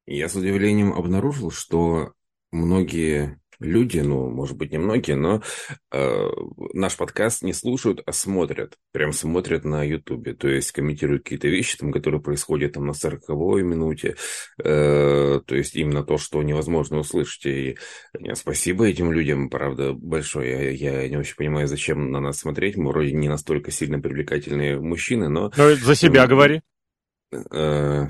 Я с удивлением обнаружил, что многие люди, ну, может быть, не многие, но э, наш подкаст не слушают, а смотрят. Прям смотрят на Ютубе. То есть комментируют какие-то вещи, там, которые происходят там, на 40-й минуте. То есть именно то, что невозможно услышать. И спасибо этим людям, правда, большое. Я не очень понимаю, зачем на нас смотреть. Мы вроде не настолько сильно привлекательные мужчины, но... Ну, за себя говори. э,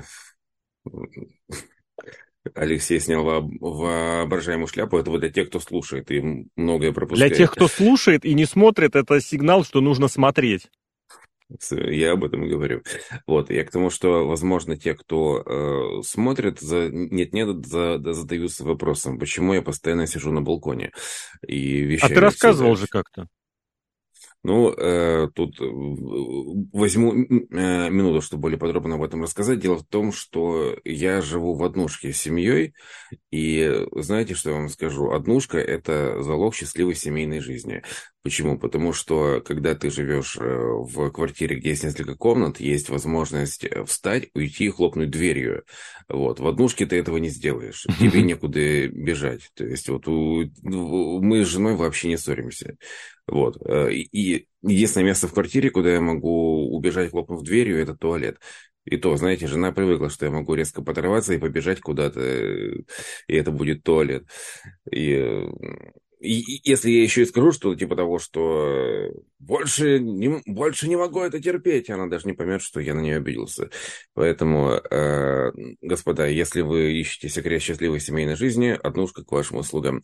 Алексей снял воображаемую шляпу. Это вот для тех, кто слушает и многое Для тех, пропускает. кто слушает и не смотрит, это сигнал, что нужно смотреть. Я об этом и говорю. Вот, я к тому, что, возможно, те, кто смотрит, нет-нет, задаются вопросом, почему я постоянно сижу на балконе и А ты вещаю рассказывал отсюда. же как-то. Ну, тут возьму минуту, чтобы более подробно об этом рассказать. Дело в том, что я живу в однушке с семьей, и знаете, что я вам скажу? Однушка – это залог счастливой семейной жизни. Почему? Потому что, когда ты живешь в квартире, где есть несколько комнат, есть возможность встать, уйти и хлопнуть дверью. Вот. В однушке ты этого не сделаешь. Тебе некуда бежать. То есть вот мы с женой вообще не ссоримся. Вот. И единственное место в квартире, куда я могу убежать, хлопнув дверью, это туалет. И то, знаете, жена привыкла, что я могу резко подорваться и побежать куда-то, и это будет туалет. И, и если я еще и скажу, что типа того, что больше не могу это терпеть, она даже не поймет, что я на нее обиделся. Поэтому, господа, если вы ищете секрет счастливой семейной жизни, однушка к вашим услугам.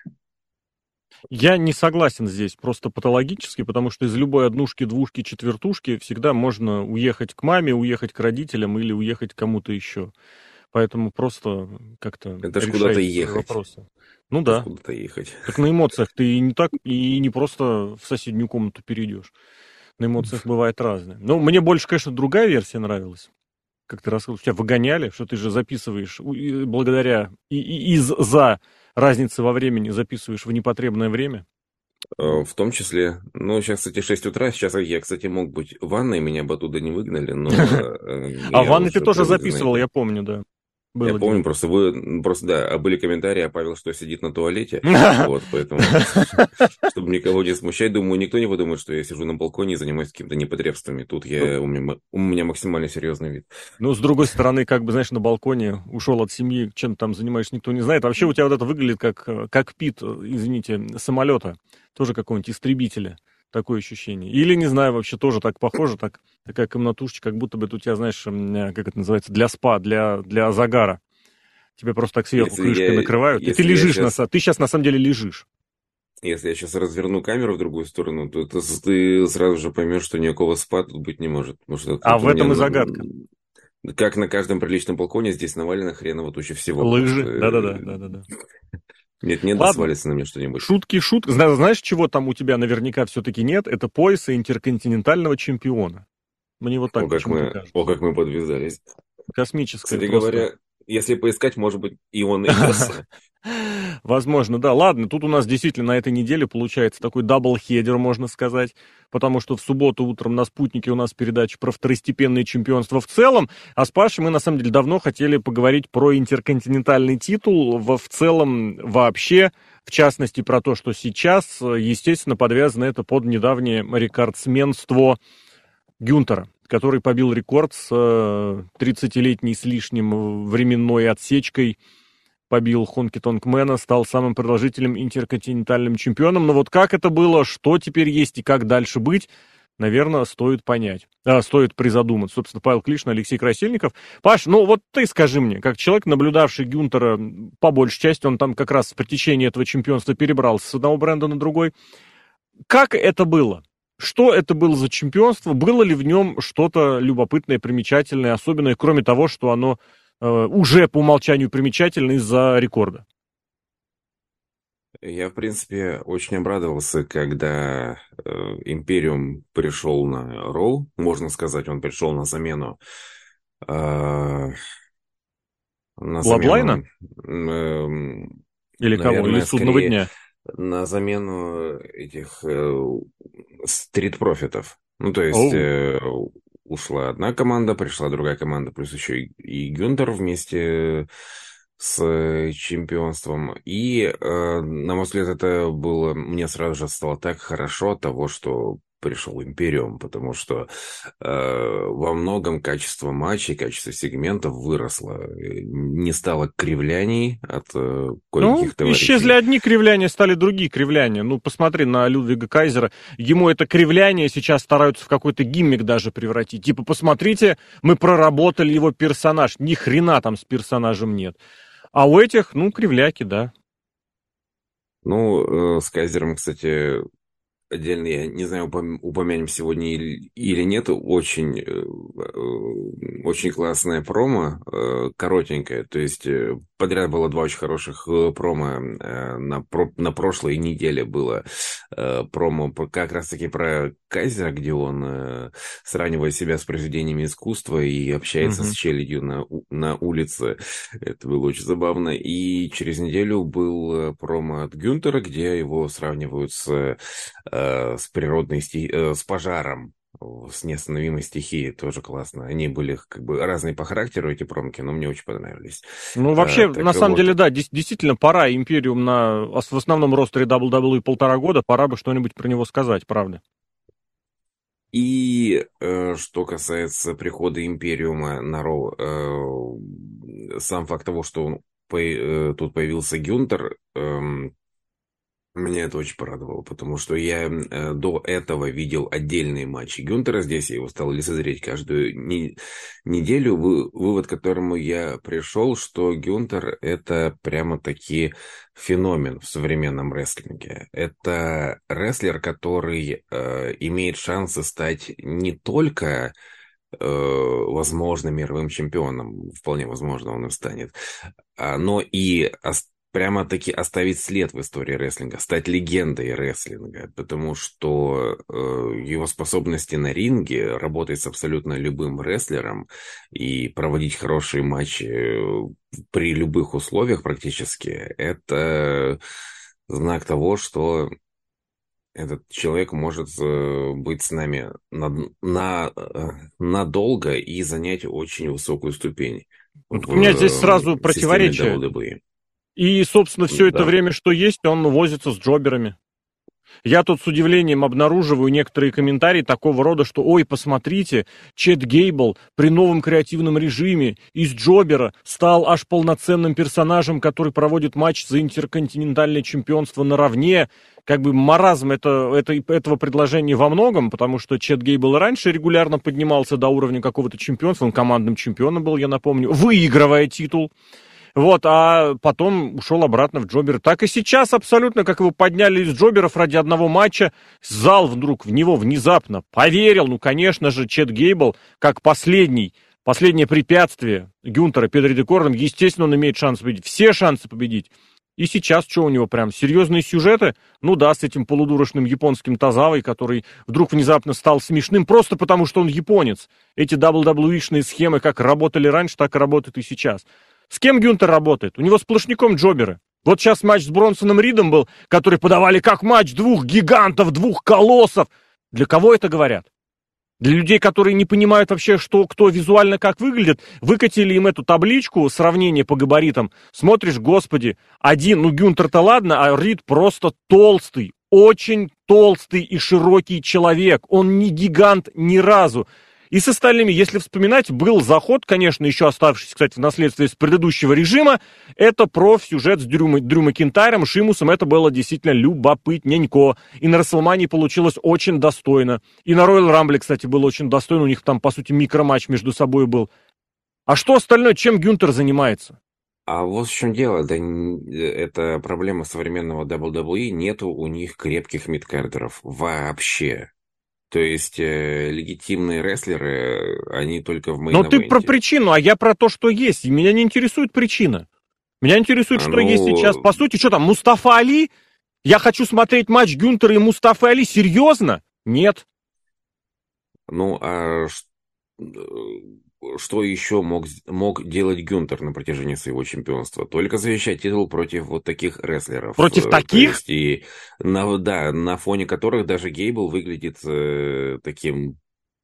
Я не согласен здесь просто патологически, потому что из любой однушки, двушки, четвертушки всегда можно уехать к маме, уехать к родителям или уехать к кому-то еще. Поэтому просто как-то Это ж куда-то решайте свои ехать. вопросы. Ну Это ж да. куда-то ехать. Так на эмоциях ты и не так, и не просто в соседнюю комнату перейдешь. На эмоциях бывает разное. Но мне больше, конечно, другая версия нравилась. Как ты рассказывал, тебя выгоняли, что ты же записываешь благодаря из-за разницы во времени записываешь в непотребное время. В том числе, ну, сейчас, кстати, 6 утра, сейчас я, кстати, мог быть в ванной, меня бы оттуда не выгнали, но А в я ванной ты уже тоже привык, записывал, знаете. я помню, да. Я Было помню, дело. просто, да, были комментарии, а Павел что, сидит на туалете, вот, поэтому, чтобы никого не смущать, думаю, никто не подумает, что я сижу на балконе и занимаюсь какими-то непотребствами. Тут Ну, у меня максимально серьезный вид. ну, с другой стороны, как бы, знаешь, на балконе ушел от семьи, чем ты там занимаешься, никто не знает. Вообще у тебя вот это выглядит как кокпит, извините, самолета, тоже какого-нибудь истребителя. Такое ощущение. Или, не знаю, вообще тоже так похоже, такая комнатушечка, как будто бы это у тебя, знаешь, как это называется, для спа, для загара. Тебе просто так сверху Если крышкой я, накрывают, и ты если я лежишь сейчас ты сейчас на самом деле лежишь. Если я сейчас разверну камеру в другую сторону, то ты сразу же поймешь, что никакого спа тут быть не может. Потому что А тут у в меня, этом и загадка. как на каждом приличном балконе, здесь навалено хреново туча всего. Просто Лыжи, да-да-да, да-да-да. нет-нет, да Ладно, свалится на меня что-нибудь. шутки. Знаешь, чего там у тебя наверняка все-таки нет? Это пояса интерконтинентального чемпиона. Мне вот так почему-то кажется. Как мы подвязались. Космическое Кстати просто. говоря, если поискать, может быть, и он найдется. Возможно, да. Ладно, тут у нас действительно на этой неделе получается такой даблхедер, можно сказать, потому что в субботу утром на «Спутнике» у нас передача про второстепенные чемпионства в целом, а с Пашей мы, на самом деле, давно хотели поговорить про интерконтинентальный титул в целом вообще, в частности, про то, что сейчас, естественно, подвязано это под недавнее рекордсменство Гюнтера, который побил рекорд с 30-летней с лишним временной отсечкой, побил Хонки Тонгмена, стал самым продолжительным интерконтинентальным чемпионом. Но вот как это было, что теперь есть и как дальше быть, наверное, стоит понять. Стоит призадуматься. Собственно, Павел Клишин, Алексей Красильников. Паш, ну вот ты скажи мне, как человек, наблюдавший Гюнтера, по большей части, он там как раз при течении этого чемпионства перебрался с одного бренда на другой. Как это было? Что это было за чемпионство? Было ли в нем что-то любопытное, примечательное, особенное, кроме того, что оно уже по умолчанию примечательно из-за рекорда? Я, в принципе, очень обрадовался, когда Империум пришел на Роу. Можно сказать, он пришел э, на Бладлайна? замену, Или кого? Или наверное, Судного скорее дня? на замену этих стрит-профитов. Ну, то есть Оу. ушла одна команда, пришла другая команда, плюс еще и Гюнтер вместе с чемпионством. И, на мой взгляд, это было... Мне сразу же стало так хорошо от того, что пришел Империум, потому что во многом качество матчей, качество сегментов выросло. Не стало кривляний от Ну, кое-каких исчезли товарищей. одни кривляния, стали другие кривляния. Ну, посмотри на Людвига Кайзера. Ему это кривляние сейчас стараются в какой-то гиммик даже превратить. Типа, посмотрите, мы проработали его персонаж. Ни хрена там с персонажем нет. А у этих, ну, кривляки, да. Ну, с Кайзером, кстати, отдельно, я не знаю, упомянем сегодня или нет, очень классная промо, коротенькая, то есть подряд было два очень хороших промо, на прошлой неделе было промо как раз-таки про Кайзера, где он сравнивает себя с произведениями искусства и общается с Мгм. челядью на улице, это было очень забавно, и через неделю был промо от Гюнтера, где его сравнивают с с пожаром, с неостановимой стихией, тоже классно. Они были как бы разные по характеру, эти промки, но мне очень понравились. Ну, вообще, на Так самом вот, деле, да, действительно, пора Империум в основном ростере WWE 1,5 года, пора бы что-нибудь про него сказать, правда. и что касается прихода Империума на Роу, сам факт того, что тут появился Гюнтер, меня это очень порадовало, потому что я до этого видел отдельные матчи Гюнтера. Здесь я его стал лицезреть каждую неделю. Вывод, к которому я пришел, что Гюнтер это прямо-таки феномен в современном рестлинге. Это рестлер, который имеет шансы стать не только возможно, мировым чемпионом, вполне возможно, он им станет, но и прямо-таки оставить след в истории рестлинга, стать легендой рестлинга, потому что его способности на ринге, работать с абсолютно любым рестлером и проводить хорошие матчи при любых условиях практически, это знак того, что этот человек может быть с нами надолго и занять очень высокую ступень Ну, так у меня здесь в сразу системе противоречие. WWE. И, собственно, все это Да. время, что есть, он возится с джоберами. Я тут с удивлением обнаруживаю некоторые комментарии такого рода, что «Ой, посмотрите, Чет Гейбл при новом креативном режиме из Джобера стал аж полноценным персонажем, который проводит матч за интерконтинентальное чемпионство наравне». Как бы маразм этого предложения во многом, потому что Чет Гейбл и раньше регулярно поднимался до уровня какого-то чемпионства, он командным чемпионом был, я напомню, выигрывая титул. Вот, а потом ушел обратно в джобер. Так и сейчас абсолютно, как его подняли из джоберов ради одного матча, зал вдруг в него внезапно поверил. Ну, конечно же, Чет Гейбл, как последнее препятствие Гюнтера перед рекордом, естественно, он имеет шанс победить. Все шансы победить. И сейчас что у него прям? Серьезные сюжеты? Ну да, с этим полудурочным японским Тазавой, который вдруг внезапно стал смешным, просто потому что он японец. Эти WWE-шные схемы как работали раньше, так и работают и сейчас. С кем Гюнтер работает? У него сплошняком джоберы. Вот сейчас матч с Бронсоном Ридом был, который подавали как матч двух гигантов, двух колоссов. Для кого это говорят? Для людей, которые не понимают вообще, что кто визуально как выглядит, выкатили им эту табличку, сравнение по габаритам. Смотришь, господи, ну Гюнтер-то ладно, а Рид просто толстый, очень толстый и широкий человек. Он не гигант ни разу. И с остальными, если вспоминать, был заход, конечно, еще оставшийся, кстати, в наследстве с предыдущего режима, это про сюжет с Дрю Макинтайром, Шимусом, это было действительно любопытненько. И на Расселмании получилось очень достойно. И на Роyal Рамбле, кстати, было очень достойно, у них там, по сути, микроматч между собой был. А что остальное, чем Гюнтер занимается? А вот в чем дело, да, это проблема современного WWE, нету у них крепких мидкардеров вообще. То есть легитимные рестлеры, они только в Но ты про мейн-эвенте. причину, а я про то, что есть. И меня не интересует причина. Меня интересует, что есть сейчас. Ну, По сути, что там, Мустафа Али? Я хочу смотреть матч Гюнтера и Мустафы Али. Серьезно? Нет. ну, что еще мог делать Гюнтер на протяжении своего чемпионства? Только защищать титул против вот таких рестлеров. Против То таких? есть, на фоне которых даже Гейбл выглядит таким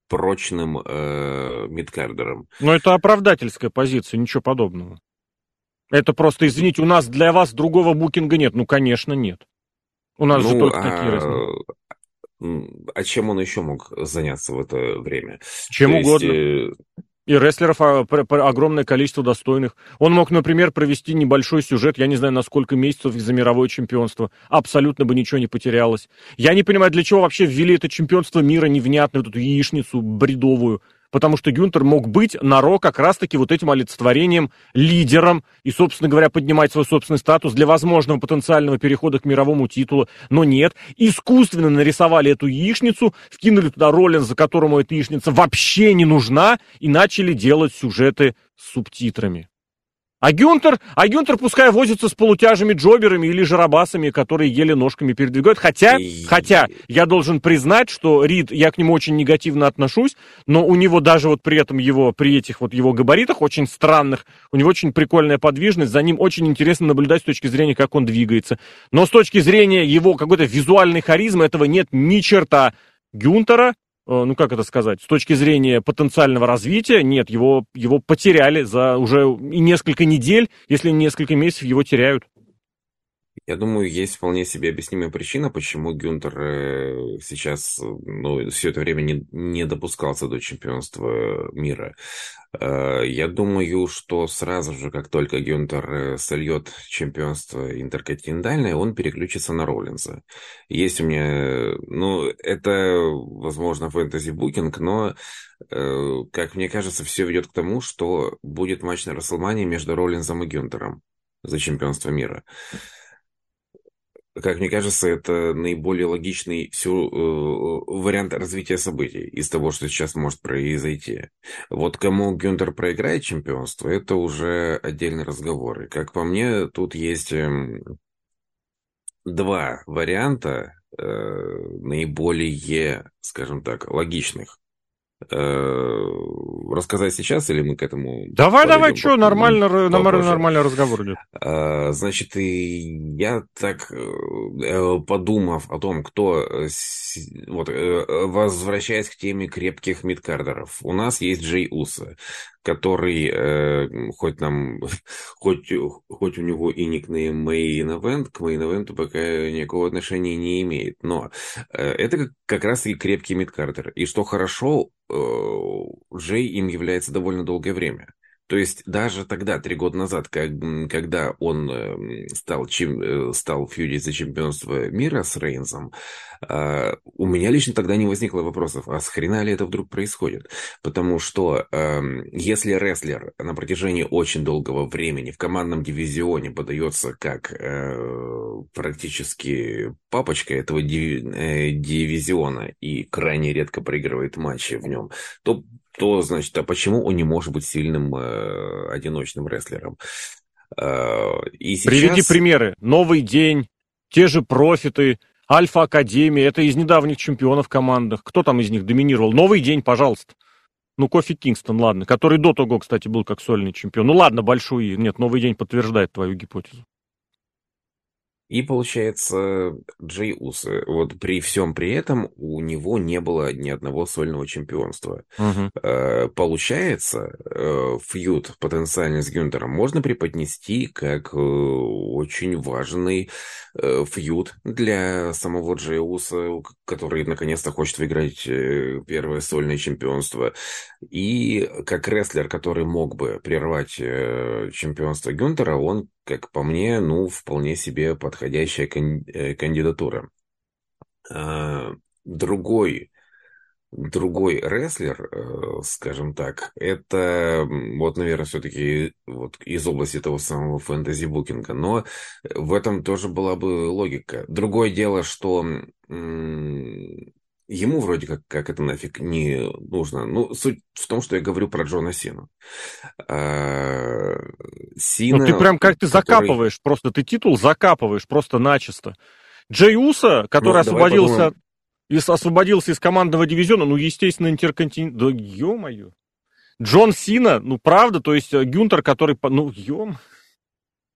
прочным мидкардером. Но это оправдательская позиция, ничего подобного. Это просто, извините, у нас для вас другого букинга нет. Ну, конечно, нет. У нас же Ну, только такие рестлеры. а чем он еще мог заняться в это время? То Чем есть, угодно. И рестлеров огромное количество достойных. Он мог, например, провести небольшой сюжет, я не знаю, на сколько месяцев за мировое чемпионство. Абсолютно бы ничего не потерялось. Я не понимаю, для чего вообще ввели это чемпионство мира невнятную, вот эту яичницу бредовую. Потому что Гюнтер мог быть на Ро как раз-таки вот этим олицетворением, лидером и, собственно говоря, поднимать свой собственный статус для возможного потенциального перехода к мировому титулу. Но нет, искусственно нарисовали эту яичницу, вкинули туда Роллинза, которому эта яичница вообще не нужна, и начали делать сюжеты с субтитрами. А Гюнтер пускай возится с полутяжими джоберами или жарабасами, которые еле ножками передвигают. Хотя, я должен признать, что Рид, я к нему очень негативно отношусь, но у него даже вот при этом при этих вот его габаритах очень странных, у него очень прикольная подвижность, за ним очень интересно наблюдать с точки зрения, как он двигается. Но с точки зрения его какой-то визуальной харизмы этого нет ни черта. Гюнтера, ну как это сказать, с точки зрения потенциального развития, нет, его потеряли за уже и несколько недель, если не несколько месяцев его теряют. я думаю, есть вполне себе объяснимая причина, почему Гюнтер сейчас, ну, все это время не допускался до чемпионства мира. Я думаю, что сразу же, как только Гюнтер сольет чемпионство интерконтинентальное, он переключится на Роллинза. Есть у меня, ну, это, возможно, фэнтези-букинг, но, как мне кажется, все ведет к тому, что будет матч на Расселмании между Роллинзом и Гюнтером за чемпионство мира. Как мне кажется, это наиболее логичный вариант развития событий из того, что сейчас может произойти. Вот кому Гюнтер проиграет чемпионство, это уже отдельный разговор. И как по мне, тут есть два варианта наиболее, скажем так, логичных. Рассказать сейчас или мы к этому Давай, подойдем что, нормально, попозже? нормальный разговор идет. Значит, и я так, подумав о том, кто, возвращаясь к теме крепких мидкардеров, у нас есть Джей Усо, который, хоть у него и никнейм Main Event, к Main Event пока никакого отношения не имеет, но это как раз-таки крепкий мидкардер. И что хорошо, Джей им является довольно долгое время. То есть даже тогда, 3 года назад, когда он стал фьюдить за чемпионство мира с Рейнсом, у меня лично тогда не возникло вопросов, а с хрена ли это вдруг происходит? Потому что если рестлер на протяжении очень долгого времени в командном дивизионе подается как практически папочка этого дивизиона и крайне редко проигрывает матчи в нем, то, значит, а почему он не может быть сильным одиночным рестлером? И Приведи сейчас... примеры. Новый день, те же профиты, Альфа Академия, это из недавних чемпионов командах. Кто там из них доминировал? Новый день, пожалуйста. Ну, Кофи Кингстон, ладно. Который до того, кстати, был как сольный чемпион. Ну, ладно, большой. Нет, Новый день подтверждает твою гипотезу. И получается, Джей Усо, вот при всем при этом у него не было ни одного сольного чемпионства. Угу. Получается, фьюд потенциально с Гюнтером можно преподнести как очень важный фьюд для самого Джей Усо, который наконец-то хочет выиграть первое сольное чемпионство. И как рестлер, который мог бы прервать чемпионство Гюнтера, он, как по мне, ну, вполне себе подходящая кандидатура. Другой рестлер, скажем так, это, вот, наверное, все-таки вот из области того самого фэнтези-букинга, но в этом тоже была бы логика. Другое дело, что ему вроде как это нафиг не нужно. Ну, суть в том, что я говорю про Джона Сину. Ну, ты прям как ты который... закапываешь, просто ты титул закапываешь просто начисто. Джей Усо, который освободился из командного дивизиона, ну, естественно, интерконтинент... Да, ё-моё. Джон Сина, ну, правда, то есть Гюнтер, который... Ну,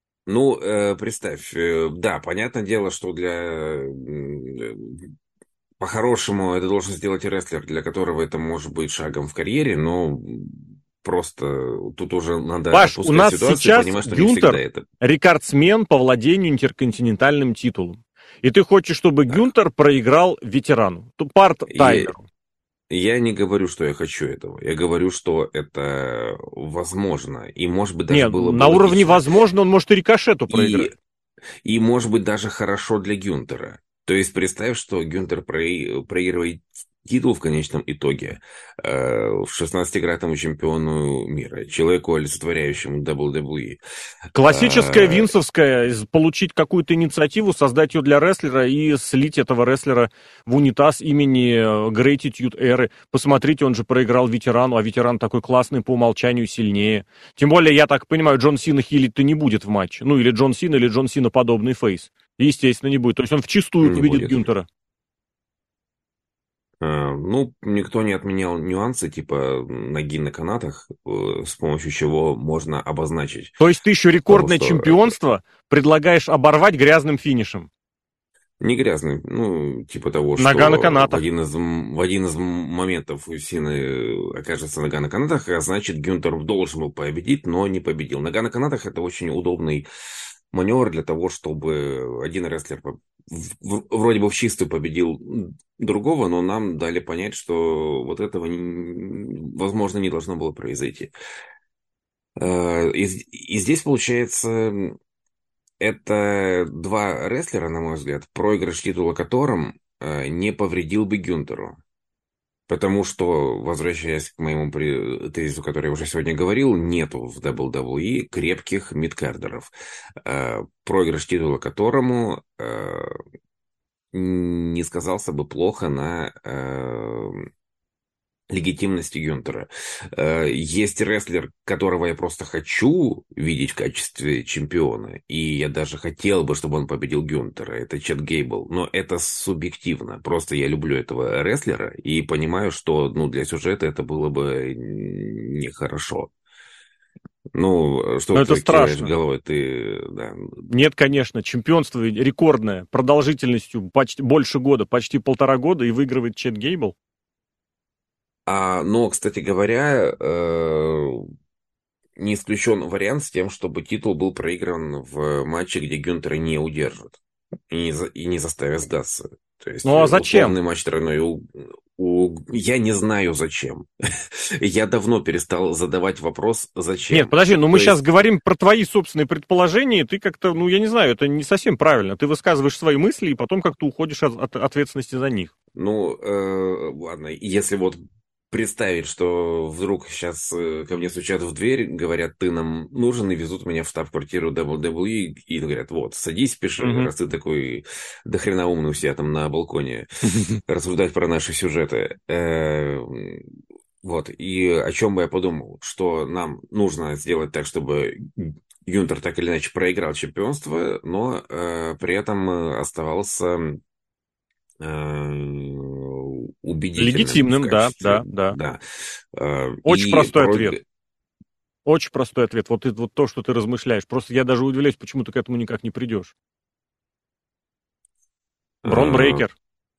Ну, представь, да, понятное дело, что для по-хорошему это должен сделать рестлер, для которого это может быть шагом в карьере, но просто тут уже надо Паш, у отпускать нас ситуацию и сейчас понимать, что не всегда Гюнтер это. рекордсмен по владению интерконтинентальным титулом. И ты хочешь, чтобы Гюнтер проиграл ветерану, И Тайлеру. я не говорю, что я хочу этого. Я говорю, что это возможно. И, может быть, даже Нет, было бы на уровне логично. возможно, он может и рикошету проиграть. И, и может быть, даже хорошо для Гюнтера. То есть, представь, что Гюнтер проигрывает титул в конечном итоге в 16-кратному чемпиону мира, человеку, олицетворяющему WWE. Классическая Э, винсовская, получить какую-то инициативу, создать ее для рестлера и слить этого рестлера в унитаз имени Gratitude Эры. Посмотрите, он же проиграл ветерану, а ветеран такой классный, по умолчанию сильнее. Тем более, я так понимаю, Джон Сина хилить-то не будет в матче. Ну, или Джон Сина подобный фейс. Естественно, не будет. То есть он вчистую не победит будет. Гюнтера. Ну, никто не отменял нюансы типа ноги на канатах, с помощью чего можно обозначить То есть ты еще того, рекордное что чемпионство предлагаешь оборвать грязным финишем. не грязный, ну, типа того, Нога на что канатах. в один из моментов у Сины окажется нога на канатах, а значит, Гюнтер должен был победить, но не победил. Нога на канатах – это очень удобный маневр для того, чтобы один рестлер вроде бы в чистую победил другого, но нам дали понять, что вот этого, возможно, не должно было произойти. И здесь, получается, это два рестлера, на мой взгляд, проигрыш титула которым не повредил бы Гюнтеру. Потому что, возвращаясь к моему тезису, который я уже сегодня говорил, нету в WWE крепких мидкардеров, проигрыш титула которому не сказался бы плохо на легитимности Гюнтера. Есть рестлер, которого я просто хочу видеть в качестве чемпиона, и я даже хотел бы, чтобы он победил Гюнтера. Это Чет Гейбл, но это субъективно. Просто я люблю этого рестлера и понимаю, что для сюжета это было бы нехорошо. Ну, что Но это ты киваешь страшно. головой, ты, да. Нет, конечно, чемпионство рекордное, продолжительностью почти больше года, почти 1,5 года, и выигрывает Чет Гейбл. Но, кстати говоря, не исключен вариант с тем, чтобы титул был проигран в матче, где Гюнтера не удержат и не заставят сдаться. То есть Ну а зачем? условный матч тройной я не знаю зачем. Я давно перестал задавать вопрос «зачем?». Нет, подожди, но То мы сейчас есть, говорим про твои собственные предположения, и ты как-то, я не знаю, это не совсем правильно. Ты высказываешь свои мысли, и потом как-то уходишь от ответственности за них. ладно, если вот представить, что вдруг сейчас ко мне стучат в дверь, говорят, ты нам нужен, и везут меня в штаб-квартиру WWE, и говорят, вот, садись, пиши, Мгм. раз ты такой дохрена умный у себя там на балконе, рассуждать про наши сюжеты. Вот, и о чем бы я подумал, что нам нужно сделать так, чтобы Гюнтер так или иначе проиграл чемпионство, но при этом оставался убедительным в Легитимным, да, качестве, да, да. да. Очень И простой ответ. Очень простой ответ. Вот то, что ты размышляешь. Просто я даже удивляюсь, почему ты к этому никак не придешь. Брон Брейкер,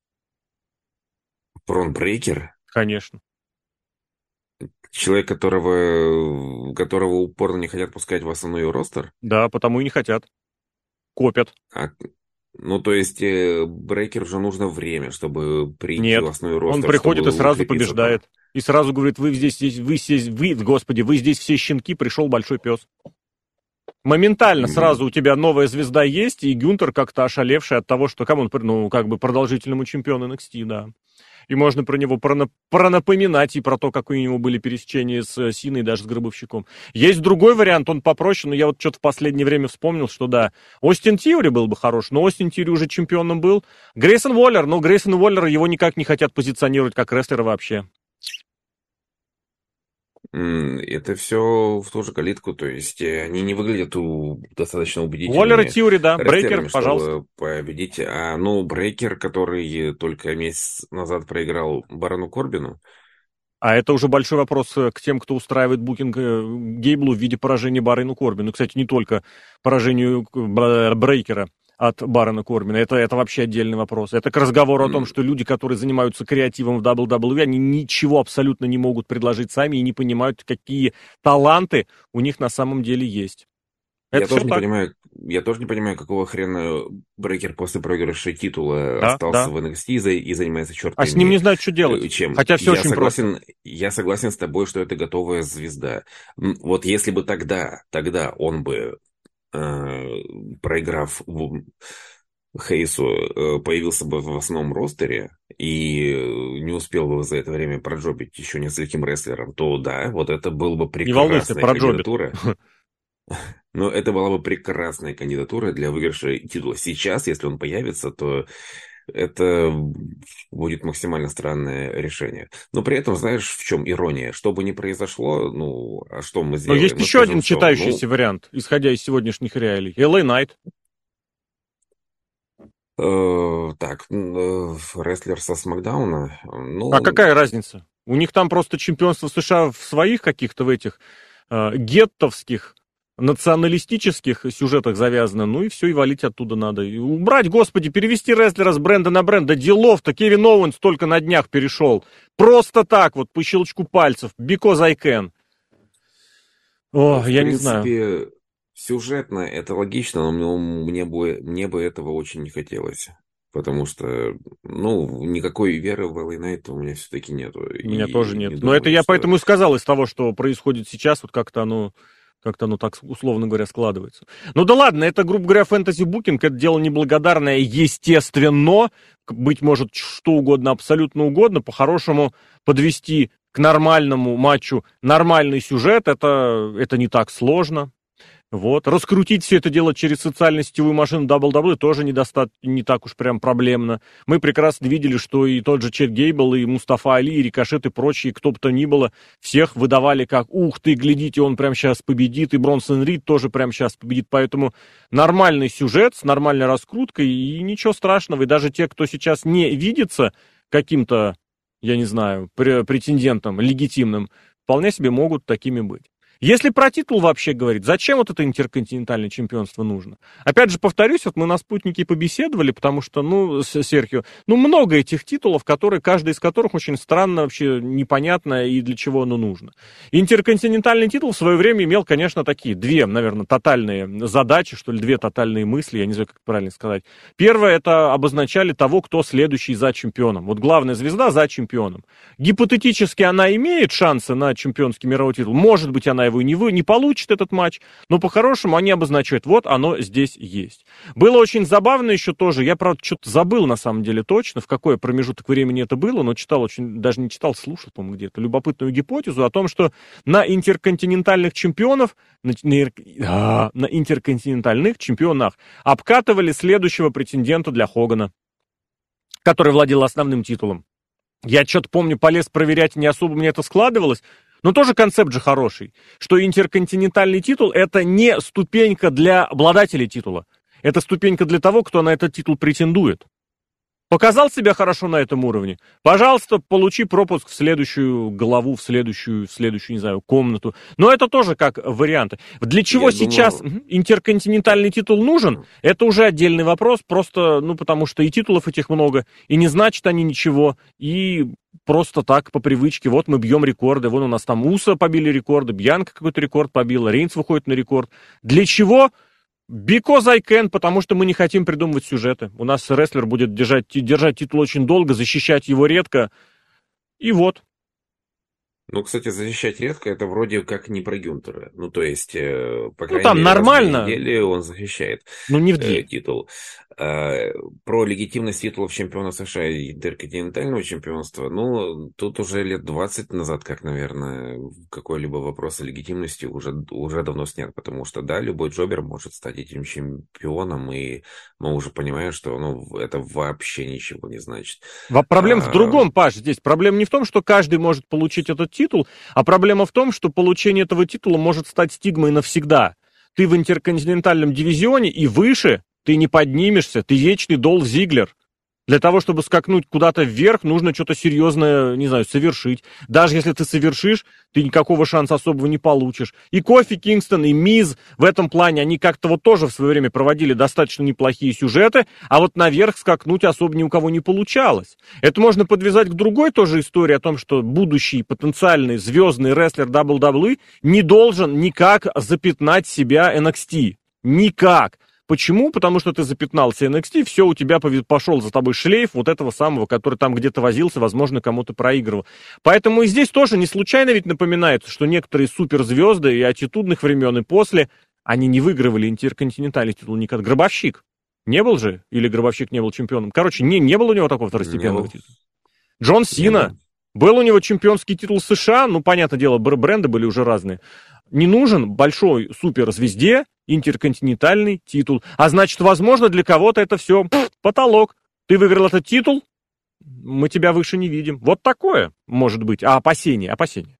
Бронбрейкер, конечно. человек, которого упорно не хотят пускать в основной ростер. Да, потому и не хотят. Копят. А, ну, то есть Брейкер уже нужно время, чтобы прийти в Нет. основной Он ростер, приходит и чтобы сразу укрепиться там. побеждает. И сразу говорит, господи, вы здесь все щенки, пришел большой пес. Моментально сразу у тебя новая звезда есть, и Гюнтер как-то ошалевший от того, что кому он, как бы продолжительному чемпиону NXT, да. И можно про него пронапоминать и про то, какие у него были пересечения с Синой, даже с Гробовщиком. Есть другой вариант, он попроще, но я вот что-то в последнее время вспомнил, что да, Остин Тиори был бы хорош, но Остин Тиори уже чемпионом был. Грейсон Уоллер, но Грейсон Уоллер его никак не хотят позиционировать как рестлера вообще. Это все в ту же калитку, то есть они не выглядят достаточно Уоллер и убедительными Тиори, да, Брейкер, рестлерами, пожалуйста. чтобы победить. Брейкер, который только месяц назад проиграл Барону Корбину. А это уже большой вопрос к тем, кто устраивает букинг Гейблу в виде поражения Барину Корбину. Кстати, не только поражению Брейкера. от Барона Корбина. Это вообще отдельный вопрос. Это к разговору о том, что люди, которые занимаются креативом в WWE, они ничего абсолютно не могут предложить сами и не понимают, какие таланты у них на самом деле есть. Я тоже не понимаю, какого хрена Брейкер после проигрыша титула остался в NXT и занимается чертами. А с ним не знают, что делать. Чем. Хотя все очень просто. Я согласен с тобой, что это готовая звезда. Вот если бы тогда он бы, проиграв Хейсу, появился бы в основном ростере и не успел бы за это время проджобить еще нескольким рестлерам, то да, вот это было бы прекрасная кандидатура. Но это была бы прекрасная кандидатура для выигрыша титула. Сейчас, если он появится, то это будет максимально странное решение. Но при этом, знаешь, в чем ирония? Что бы ни произошло, а что мы сделаем? Но есть еще один читающийся вариант, исходя из сегодняшних реалий. LA Knight. Так, рестлер со Смакдауна. А какая разница? У них там просто чемпионство США в своих каких-то в этих геттовских националистических сюжетах завязано, и все, и валить оттуда надо. И убрать, господи, перевести рестлера с бренда на бренд. Да делов-то, Кевин Оуэнс только на днях перешел. Просто так вот, по щелчку пальцев. Because I can. Я не знаю. Сюжетно это логично, но мне бы этого очень не хотелось. Потому что, никакой веры в LA Knight у меня все-таки нету. У меня тоже нет. Но это я поэтому и сказал из того, что происходит сейчас, вот как-то оно так, условно говоря, складывается. Ну да ладно, это, грубо говоря, фэнтези-букинг, это дело неблагодарное, естественно, быть может, что угодно, абсолютно угодно, по-хорошему подвести к нормальному матчу нормальный сюжет, это не так сложно. Вот. Раскрутить все это дело через социально-сетевую машину WWE тоже не так уж прям проблемно. Мы прекрасно видели, что и тот же Чет Гейбл, и Мустафа Али, и Рикошет, и прочие, кто бы то ни было, всех выдавали как «Ух ты, глядите, он прямо сейчас победит», и Бронсон Рид тоже прямо сейчас победит. Поэтому нормальный сюжет с нормальной раскруткой, и ничего страшного. И даже те, кто сейчас не видится каким-то, я не знаю, претендентом легитимным, вполне себе могут такими быть. Если про титул вообще говорить, зачем вот это интерконтинентальное чемпионство нужно? Опять же, повторюсь, вот мы на «Спутнике» побеседовали, потому что, Серхио, много этих титулов, каждый из которых очень странно, вообще непонятно и для чего оно нужно. Интерконтинентальный титул в свое время имел, конечно, такие две, наверное, тотальные задачи, что ли, две тотальные мысли, я не знаю, как правильно сказать. Первое, это обозначали того, кто следующий за чемпионом. Вот главная звезда за чемпионом. Гипотетически она имеет шансы на чемпионский мировой титул, может быть, она его не получит этот матч, но по-хорошему они обозначают, вот оно здесь есть. Было очень забавно еще тоже, я, правда, что-то забыл на самом деле точно, в какой промежуток времени это было, но читал даже не читал, слушал, по-моему, где-то, любопытную гипотезу о том, что на интерконтинентальных чемпионов, на интерконтинентальных чемпионах обкатывали следующего претендента для Хогана, который владел основным титулом. Я что-то помню, полез проверять, не особо мне это складывалось, но тоже концепт же хороший, что интерконтинентальный титул – это не ступенька для обладателей титула. Это ступенька для того, кто на этот титул претендует. Показал себя хорошо на этом уровне? Пожалуйста, получи пропуск в следующую главу, в следующую, не знаю, комнату. Но это тоже как варианты. Для чего сейчас интерконтинентальный титул нужен? Это уже отдельный вопрос, просто, потому что и титулов этих много, и не значит они ничего, и просто так, по привычке, вот мы бьем рекорды, вон у нас там Уса побили рекорды, Бьянка какой-то рекорд побила, Рейнс выходит на рекорд. Для чего? Because I can, потому что мы не хотим придумывать сюжеты. У нас рестлер будет держать титул очень долго, защищать его редко. И вот. Кстати, защищать редко, это вроде как не про Гюнтера. То есть, по крайней там мере, нормально. раз в неделю он защищает не в день. титул. Про легитимность титулов чемпиона США и интерконтинентального чемпионства, тут уже лет 20 назад, как, наверное, какой-либо вопрос о легитимности уже давно снят, потому что, да, любой джобер может стать этим чемпионом, и мы уже понимаем, что это вообще ничего не значит. Проблема в другом, Паш, здесь. Проблема не в том, что каждый может получить этот титул, а проблема в том, что получение этого титула может стать стигмой навсегда. Ты в интерконтинентальном дивизионе и выше ты не поднимешься, ты вечный Долф Зиглер. Для того, чтобы скакнуть куда-то вверх, нужно что-то серьезное, не знаю, совершить. Даже если ты совершишь, ты никакого шанса особого не получишь. И Кофи Кингстон, и Миз в этом плане, они как-то вот тоже в свое время проводили достаточно неплохие сюжеты, а вот наверх скакнуть особо ни у кого не получалось. Это можно подвязать к другой тоже истории о том, что будущий потенциальный звездный рестлер WWE не должен никак запятнать себя NXT. Никак. Почему? Потому что ты запятнался NXT, все, у тебя пошел за тобой шлейф вот этого самого, который там где-то возился, возможно, кому-то проигрывал. Поэтому и здесь тоже не случайно ведь напоминается, что некоторые суперзвезды и аттитудных времен, и после, они не выигрывали интерконтинентальный титул никогда. Гробовщик не был же? Или Гробовщик не был чемпионом? Короче, не было у него такого второстепенного титула. Джон Сина. Был у него чемпионский титул США, ну, понятное дело, бренды были уже разные. Не нужен большой суперзвезде интерконтинентальный титул. А значит, возможно, для кого-то это все потолок. Ты выиграл этот титул, мы тебя выше не видим. Вот такое может быть. А опасения?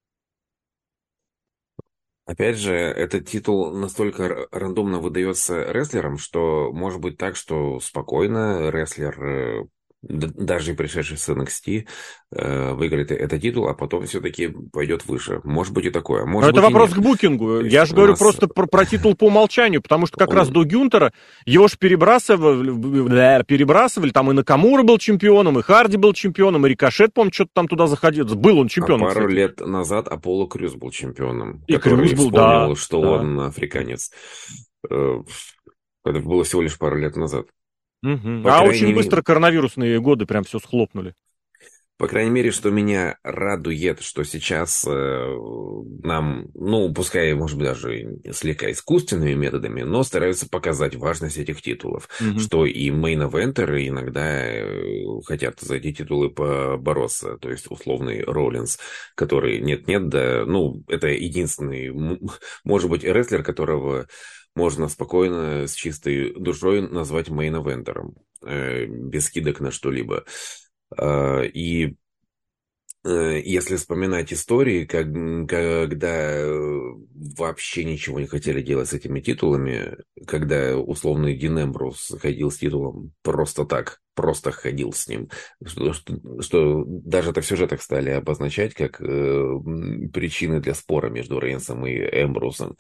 Опять же, этот титул настолько рандомно выдается рестлерам, что может быть так, что спокойно рестлер, даже пришедший с NXT, выиграет этот титул, а потом все-таки пойдет выше. Может быть и такое. Но это вопрос к букингу. Я же говорю просто про титул по умолчанию, потому что как раз до Гюнтера его же перебрасывали, там и Накамура был чемпионом, и Харди был чемпионом, и Рикошет, по-моему, что-то там туда заходил. Был он чемпионом, пару лет назад Аполло Крюс был чемпионом. И Крюс был, вспомнил, что он африканец. Это было всего лишь пару лет назад. А очень быстро коронавирусные годы прям все схлопнули. По крайней мере, что меня радует, что сейчас нам, ну, пускай, может быть, даже слегка искусственными методами, но стараются показать важность этих титулов. Что и мейн-эвентеры иногда хотят за эти титулы побороться. То есть, условный Роллинс, который нет-нет, да, ну, это единственный, может быть, рестлер, которого можно спокойно, с чистой душой назвать мейн-эвентером, без скидок на что-либо. И если вспоминать истории, когда вообще ничего не хотели делать с этими титулами, когда условный Дин Эмброуз ходил с титулом просто так, просто ходил с ним, что даже это в сюжетах стали обозначать как причины для спора между Рейнсом и Эмброузом.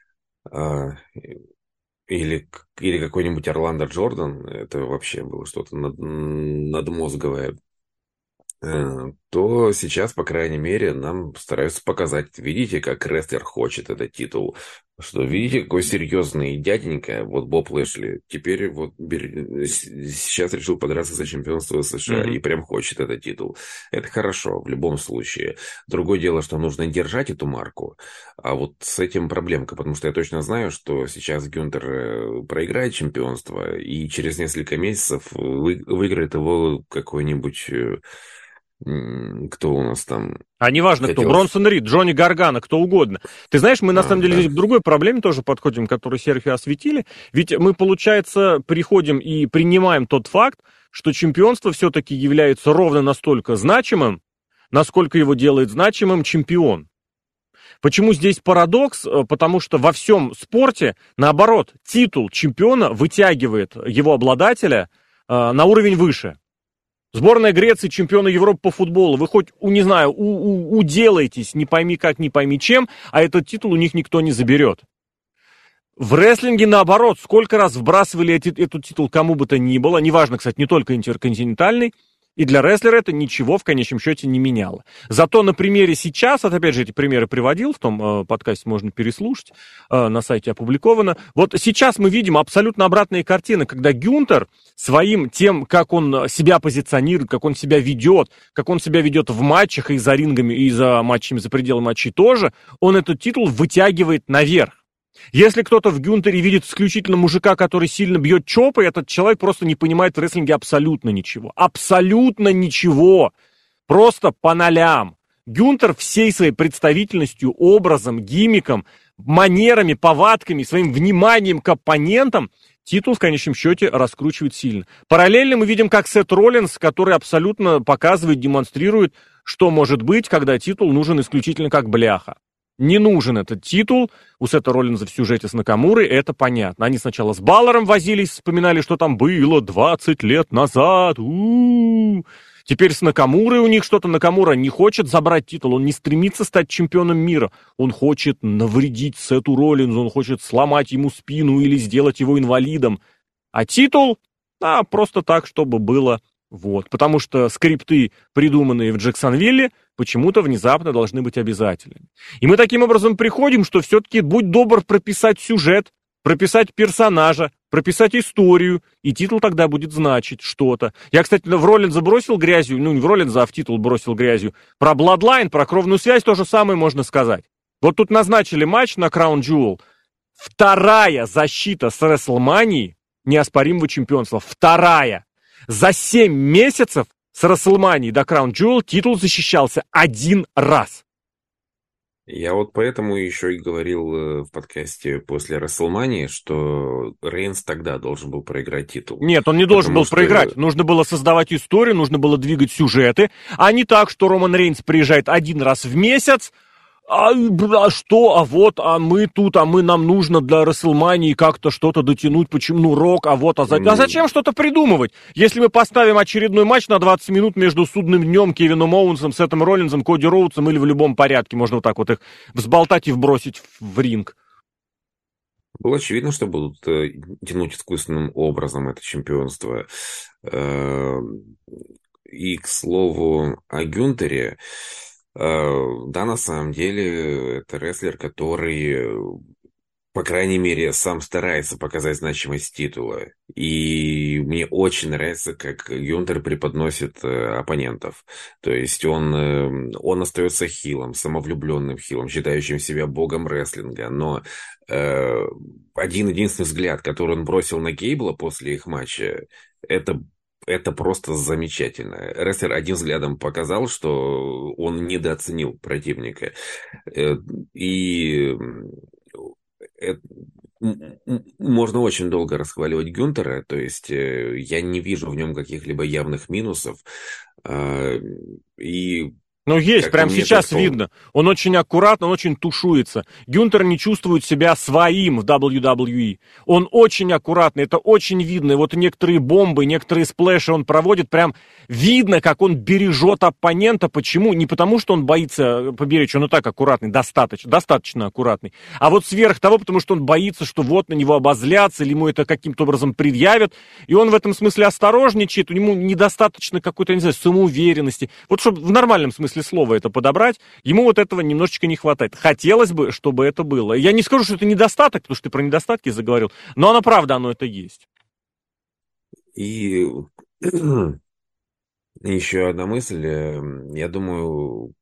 Или какой-нибудь Орландо Джордан, это вообще было что-то надмозговое, то сейчас, по крайней мере, нам стараются показать, видите, как рестлер хочет этот титул, что видите, какой серьезный дяденька, вот Боб Лэшли, теперь вот сейчас решил подраться за чемпионство США и прям хочет этот титул. Это хорошо, в любом случае. Другое дело, что нужно держать эту марку, а вот с этим проблемка, потому что я точно знаю, что сейчас Гюнтер проиграет чемпионство, и через несколько месяцев выиграет его какой-нибудь... Кто у нас там? А неважно кто, Бронсон Рид, Джонни Гаргано, кто угодно. Ты знаешь, мы на самом деле здесь к другой проблеме тоже подходим, которую Серхио осветили. Ведь мы, получается, приходим и принимаем тот факт, что чемпионство все-таки является ровно настолько значимым, насколько его делает значимым чемпион. Почему здесь парадокс? Потому что во всем спорте, наоборот, титул чемпиона вытягивает его обладателя на уровень выше. Сборная Греции, чемпионы Европы по футболу, вы хоть, не знаю, уделаетесь, не пойми как, не пойми чем, а этот титул у них никто не заберет. В рестлинге наоборот, сколько раз вбрасывали этот титул кому бы то ни было, неважно, кстати, не только интерконтинентальный, и для рестлера это ничего в конечном счете не меняло. Зато на примере сейчас, вот опять же эти примеры приводил, в том подкасте можно переслушать, на сайте опубликовано. Вот сейчас мы видим абсолютно обратные картины, когда Гюнтер своим тем, как он себя позиционирует, как он себя ведет в матчах и за рингами, и за матчами, за пределы матчей тоже, он этот титул вытягивает наверх. Если кто-то в Гюнтере видит исключительно мужика, который сильно бьет чопы, этот человек просто не понимает в рестлинге абсолютно ничего. Абсолютно ничего. Просто по нолям. Гюнтер всей своей представительностью, образом, гиммиком, манерами, повадками, своим вниманием к оппонентам титул в конечном счете раскручивает сильно. Параллельно мы видим, как Сет Роллинс, который абсолютно показывает, демонстрирует, что может быть, когда титул нужен исключительно как бляха. не нужен этот титул у Сета Роллинза в сюжете с Накамурой, это понятно. Они сначала с Баллером возились, вспоминали, что там было 20 лет назад. Теперь с Накамурой у них что-то. Накамура не хочет забрать титул, он не стремится стать чемпионом мира. Он хочет навредить Сету Роллинзу, он хочет сломать ему спину или сделать его инвалидом. А титул, просто так, чтобы было. Вот. Потому что скрипты, придуманные в Джексонвилле, почему-то внезапно должны быть обязательными. И мы таким образом приходим, что все-таки будь добр прописать сюжет, прописать персонажа, прописать историю, и титул тогда будет значить что-то. Я, кстати, в Роллинза бросил грязью, не в Роллинза, а в титул бросил грязью. Про Bloodline, про кровную связь то же самое можно сказать. Вот тут назначили матч на Crown Jewel. Вторая защита с WrestleMania неоспоримого чемпионства. Вторая. За 7 месяцев с WrestleMania до Crown Jewel титул защищался 1 раз. Я вот поэтому еще и говорил в подкасте после WrestleMania, что Рейнс тогда должен был проиграть титул. Нет, он не должен был проиграть. Нужно было создавать историю, нужно было двигать сюжеты, а не так, что Роман Рейнс приезжает 1 раз в месяц, мы тут, нам нужно для WrestleMania как-то что-то дотянуть, почему, Рок, зачем что-то придумывать? Если мы поставим очередной матч на 20 минут между судным днем Кевином Оуэнсом, Сетом Роллинзом, Коди Роудсом или в любом порядке, можно вот так вот их взболтать и вбросить в ринг. Было очевидно, что будут тянуть искусственным образом это чемпионство. И, к слову, о Гюнтере. Да, на самом деле, это рестлер, который, по крайней мере, сам старается показать значимость титула. И мне очень нравится, как Гюнтер преподносит оппонентов. То есть он остается хилом, самовлюбленным хилом, считающим себя богом рестлинга. Но один-единственный взгляд, который он бросил на Гейбла после их матча, это просто замечательно. Рестлер одним взглядом показал, что он недооценил противника. И можно очень долго расхваливать Гюнтера, то есть я не вижу в нем каких-либо явных минусов. Есть, прямо сейчас видно. Он очень аккуратно, он очень тушуется. Гюнтер не чувствует себя своим в WWE. Он очень аккуратный, это очень видно. И вот некоторые бомбы, некоторые сплэши он проводит, прям видно, как он бережет оппонента. Почему? Не потому, что он боится поберечь, он и так аккуратный, достаточно аккуратный. А вот сверх того, потому что он боится, что вот на него обозлятся, или ему это каким-то образом предъявят. И он в этом смысле осторожничает, у него недостаточно какой-то, не знаю, самоуверенности. Вот чтобы в нормальном смысле слова это подобрать, ему вот этого немножечко не хватает. Хотелось бы, чтобы это было. Я не скажу, что это недостаток, потому что ты про недостатки заговорил, но оно это есть. И еще одна мысль. Я думаю,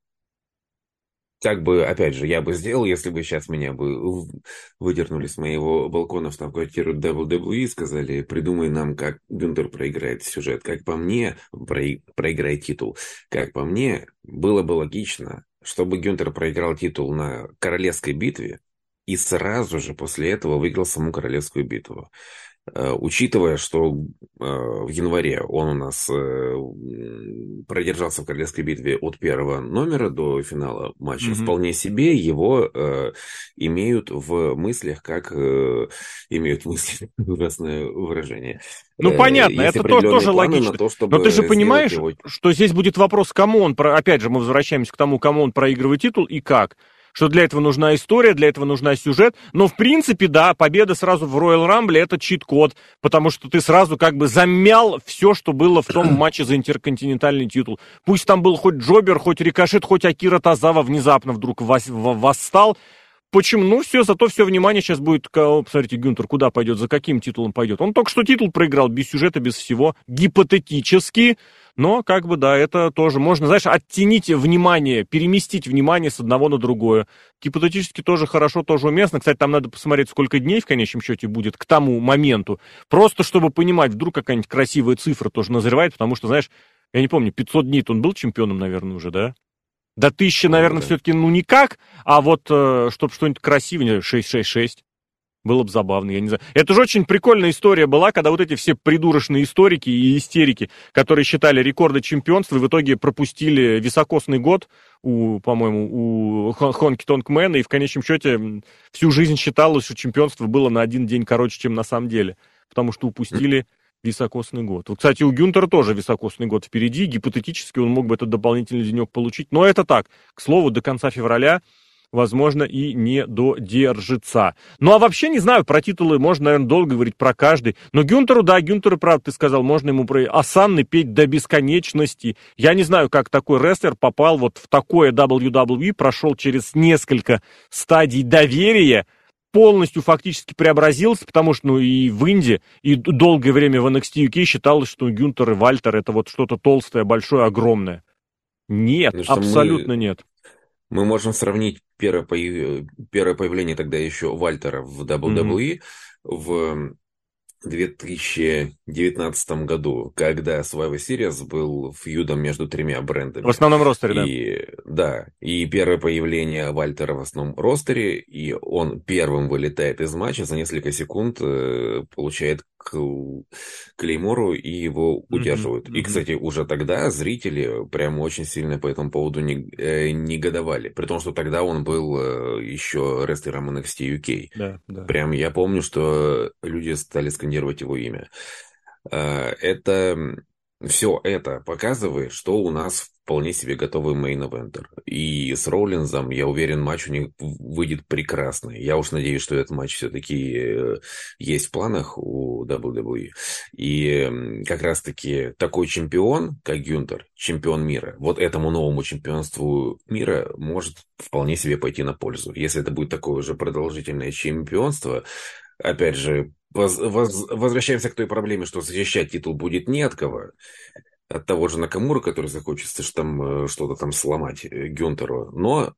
опять же, я бы сделал, если бы сейчас меня бы выдернули с моего балкона в штаб-квартиру WWE и сказали, придумай нам, как Гюнтер проиграет сюжет. Как по мне, проиграет титул. Как по мне, было бы логично, чтобы Гюнтер проиграл титул на королевской битве и сразу же после этого выиграл саму королевскую битву. Учитывая, что в январе он у нас продержался в королевской битве от первого номера до финала матча, вполне себе его имеют в мыслях, имеют в мыслях, ужасное выражение. Понятно, это тоже логично. Но ты же понимаешь, что здесь будет вопрос, кому он, опять же, мы возвращаемся к тому, кому он проигрывает титул и как. Что для этого нужна история, для этого нужна сюжет. Но, в принципе, да, победа сразу в Royal Rumble — это чит-код, потому что ты сразу как бы замял все, что было в том матче за интерконтинентальный титул. Пусть там был хоть Джобер, хоть Рикошет, хоть Акира Тозава внезапно вдруг восстал. Почему? Все, зато все внимание сейчас будет, посмотрите, Гюнтер куда пойдет, за каким титулом пойдет. Он только что титул проиграл, без сюжета, без всего, гипотетически, но это тоже можно, оттянить внимание, переместить внимание с одного на другое. Гипотетически тоже хорошо, тоже уместно. Кстати, там надо посмотреть, сколько дней в конечном счете будет к тому моменту. Просто чтобы понимать, вдруг какая-нибудь красивая цифра тоже назревает, потому что, я не помню, 500 дней-то он был чемпионом, наверное, уже, да? До 1000, наверное, все-таки, никак, а вот, чтобы что-нибудь красивее, 666 Было бы забавно, я не знаю. Это же очень прикольная история была, когда вот эти все придурочные историки и истерики, которые считали рекорды чемпионства, и в итоге пропустили високосный год по-моему, у Хонки Тонг Мэна, и в конечном счете всю жизнь считалось, что чемпионство было на один день короче, чем на самом деле, потому что упустили високосный год. Вот, кстати, у Гюнтера тоже високосный год впереди, гипотетически он мог бы этот дополнительный денек получить, но это так, к слову, до конца февраля возможно, и не додержится. Ну, а вообще, не знаю, про титулы можно, наверное, долго говорить про каждый. Но Гюнтеру, да, Гюнтеру, правда, ты сказал, можно ему про осанны петь до бесконечности. Я не знаю, как такой рестлер попал вот в такое WWE, прошел через несколько стадий доверия, полностью фактически преобразился, потому что, ну, и в Инди, и долгое время в NXT UK считалось, что Гюнтер и Вальтер это вот что-то толстое, большое, огромное. Нет, абсолютно нет. Мы можем сравнить первое появление тогда еще Вальтера в WWE в 2019 году, когда Survivor Series был фьюдом между тремя брендами. В основном ростере, да. И первое появление Вальтера в основном ростере, и он первым вылетает из матча, за несколько секунд получает клеймору и его удерживают. И, кстати, уже тогда зрители прямо очень сильно по этому поводу негодовали. При том, что тогда он был еще рестлером NXT UK. Да. Прям я помню, что люди стали скандировать его имя. Все это показывает, что у нас вполне себе готовый мейн-эвентер. И с Роллинзом, я уверен, матч у них выйдет прекрасный. Я уж надеюсь, что этот матч все-таки есть в планах у WWE. И как раз-таки такой чемпион, как Гюнтер, чемпион мира, вот этому новому чемпионству мира может вполне себе пойти на пользу. Если это будет такое же продолжительное чемпионство, опять же, возвращаемся к той проблеме, что защищать титул будет не от кого. От того же Накамура, который захочется что-то там сломать Гюнтеру. Но,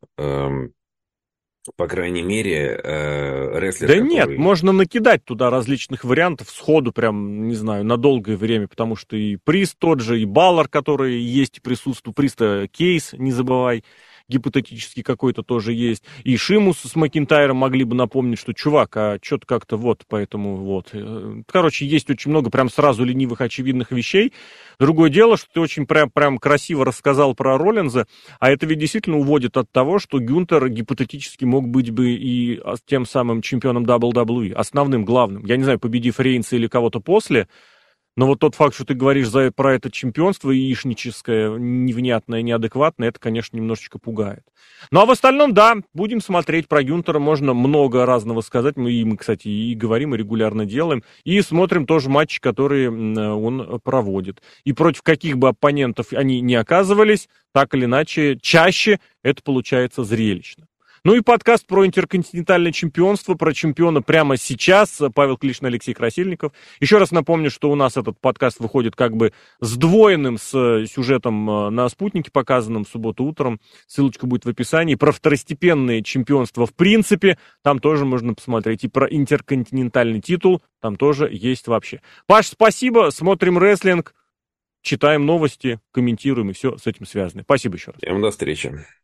по крайней мере, рестлер, да который... нет, можно накидать туда различных вариантов сходу, прям, не знаю, на долгое время, потому что и Прист тот же, и Баллар, который есть и присутствует, Приста кейс, не забывай, гипотетически какой-то тоже есть. И Шимус с Макинтайром могли бы напомнить, что, чувак, а что-то как-то вот, поэтому вот. Короче, есть очень много прям сразу ленивых, очевидных вещей. Другое дело, что ты очень прям красиво рассказал про Роллинза, а это ведь действительно уводит от того, что Гюнтер гипотетически мог быть бы и тем самым чемпионом WWE, основным, главным. Я не знаю, победив Рейнса или кого-то после, но вот тот факт, что ты говоришь про это чемпионство яичническое, невнятное, неадекватное, это, конечно, немножечко пугает. Ну, а в остальном, да, будем смотреть. Про Гюнтера можно много разного сказать. Мы, кстати, и говорим, и регулярно делаем. И смотрим тоже матчи, которые он проводит. И против каких бы оппонентов они ни оказывались, так или иначе, чаще это получается зрелищно. Ну и подкаст про интерконтинентальное чемпионство, про чемпиона прямо сейчас. Павел Клишин, Алексей Красильников. Еще раз напомню, что у нас этот подкаст выходит как бы сдвоенным с сюжетом на «Спутнике», показанным в субботу утром. Ссылочка будет в описании. Про второстепенные чемпионства в принципе там тоже можно посмотреть. И про интерконтинентальный титул там тоже есть вообще. Паш, спасибо. Смотрим рестлинг, читаем новости, комментируем и все с этим связано. Спасибо еще раз. Всем до встречи.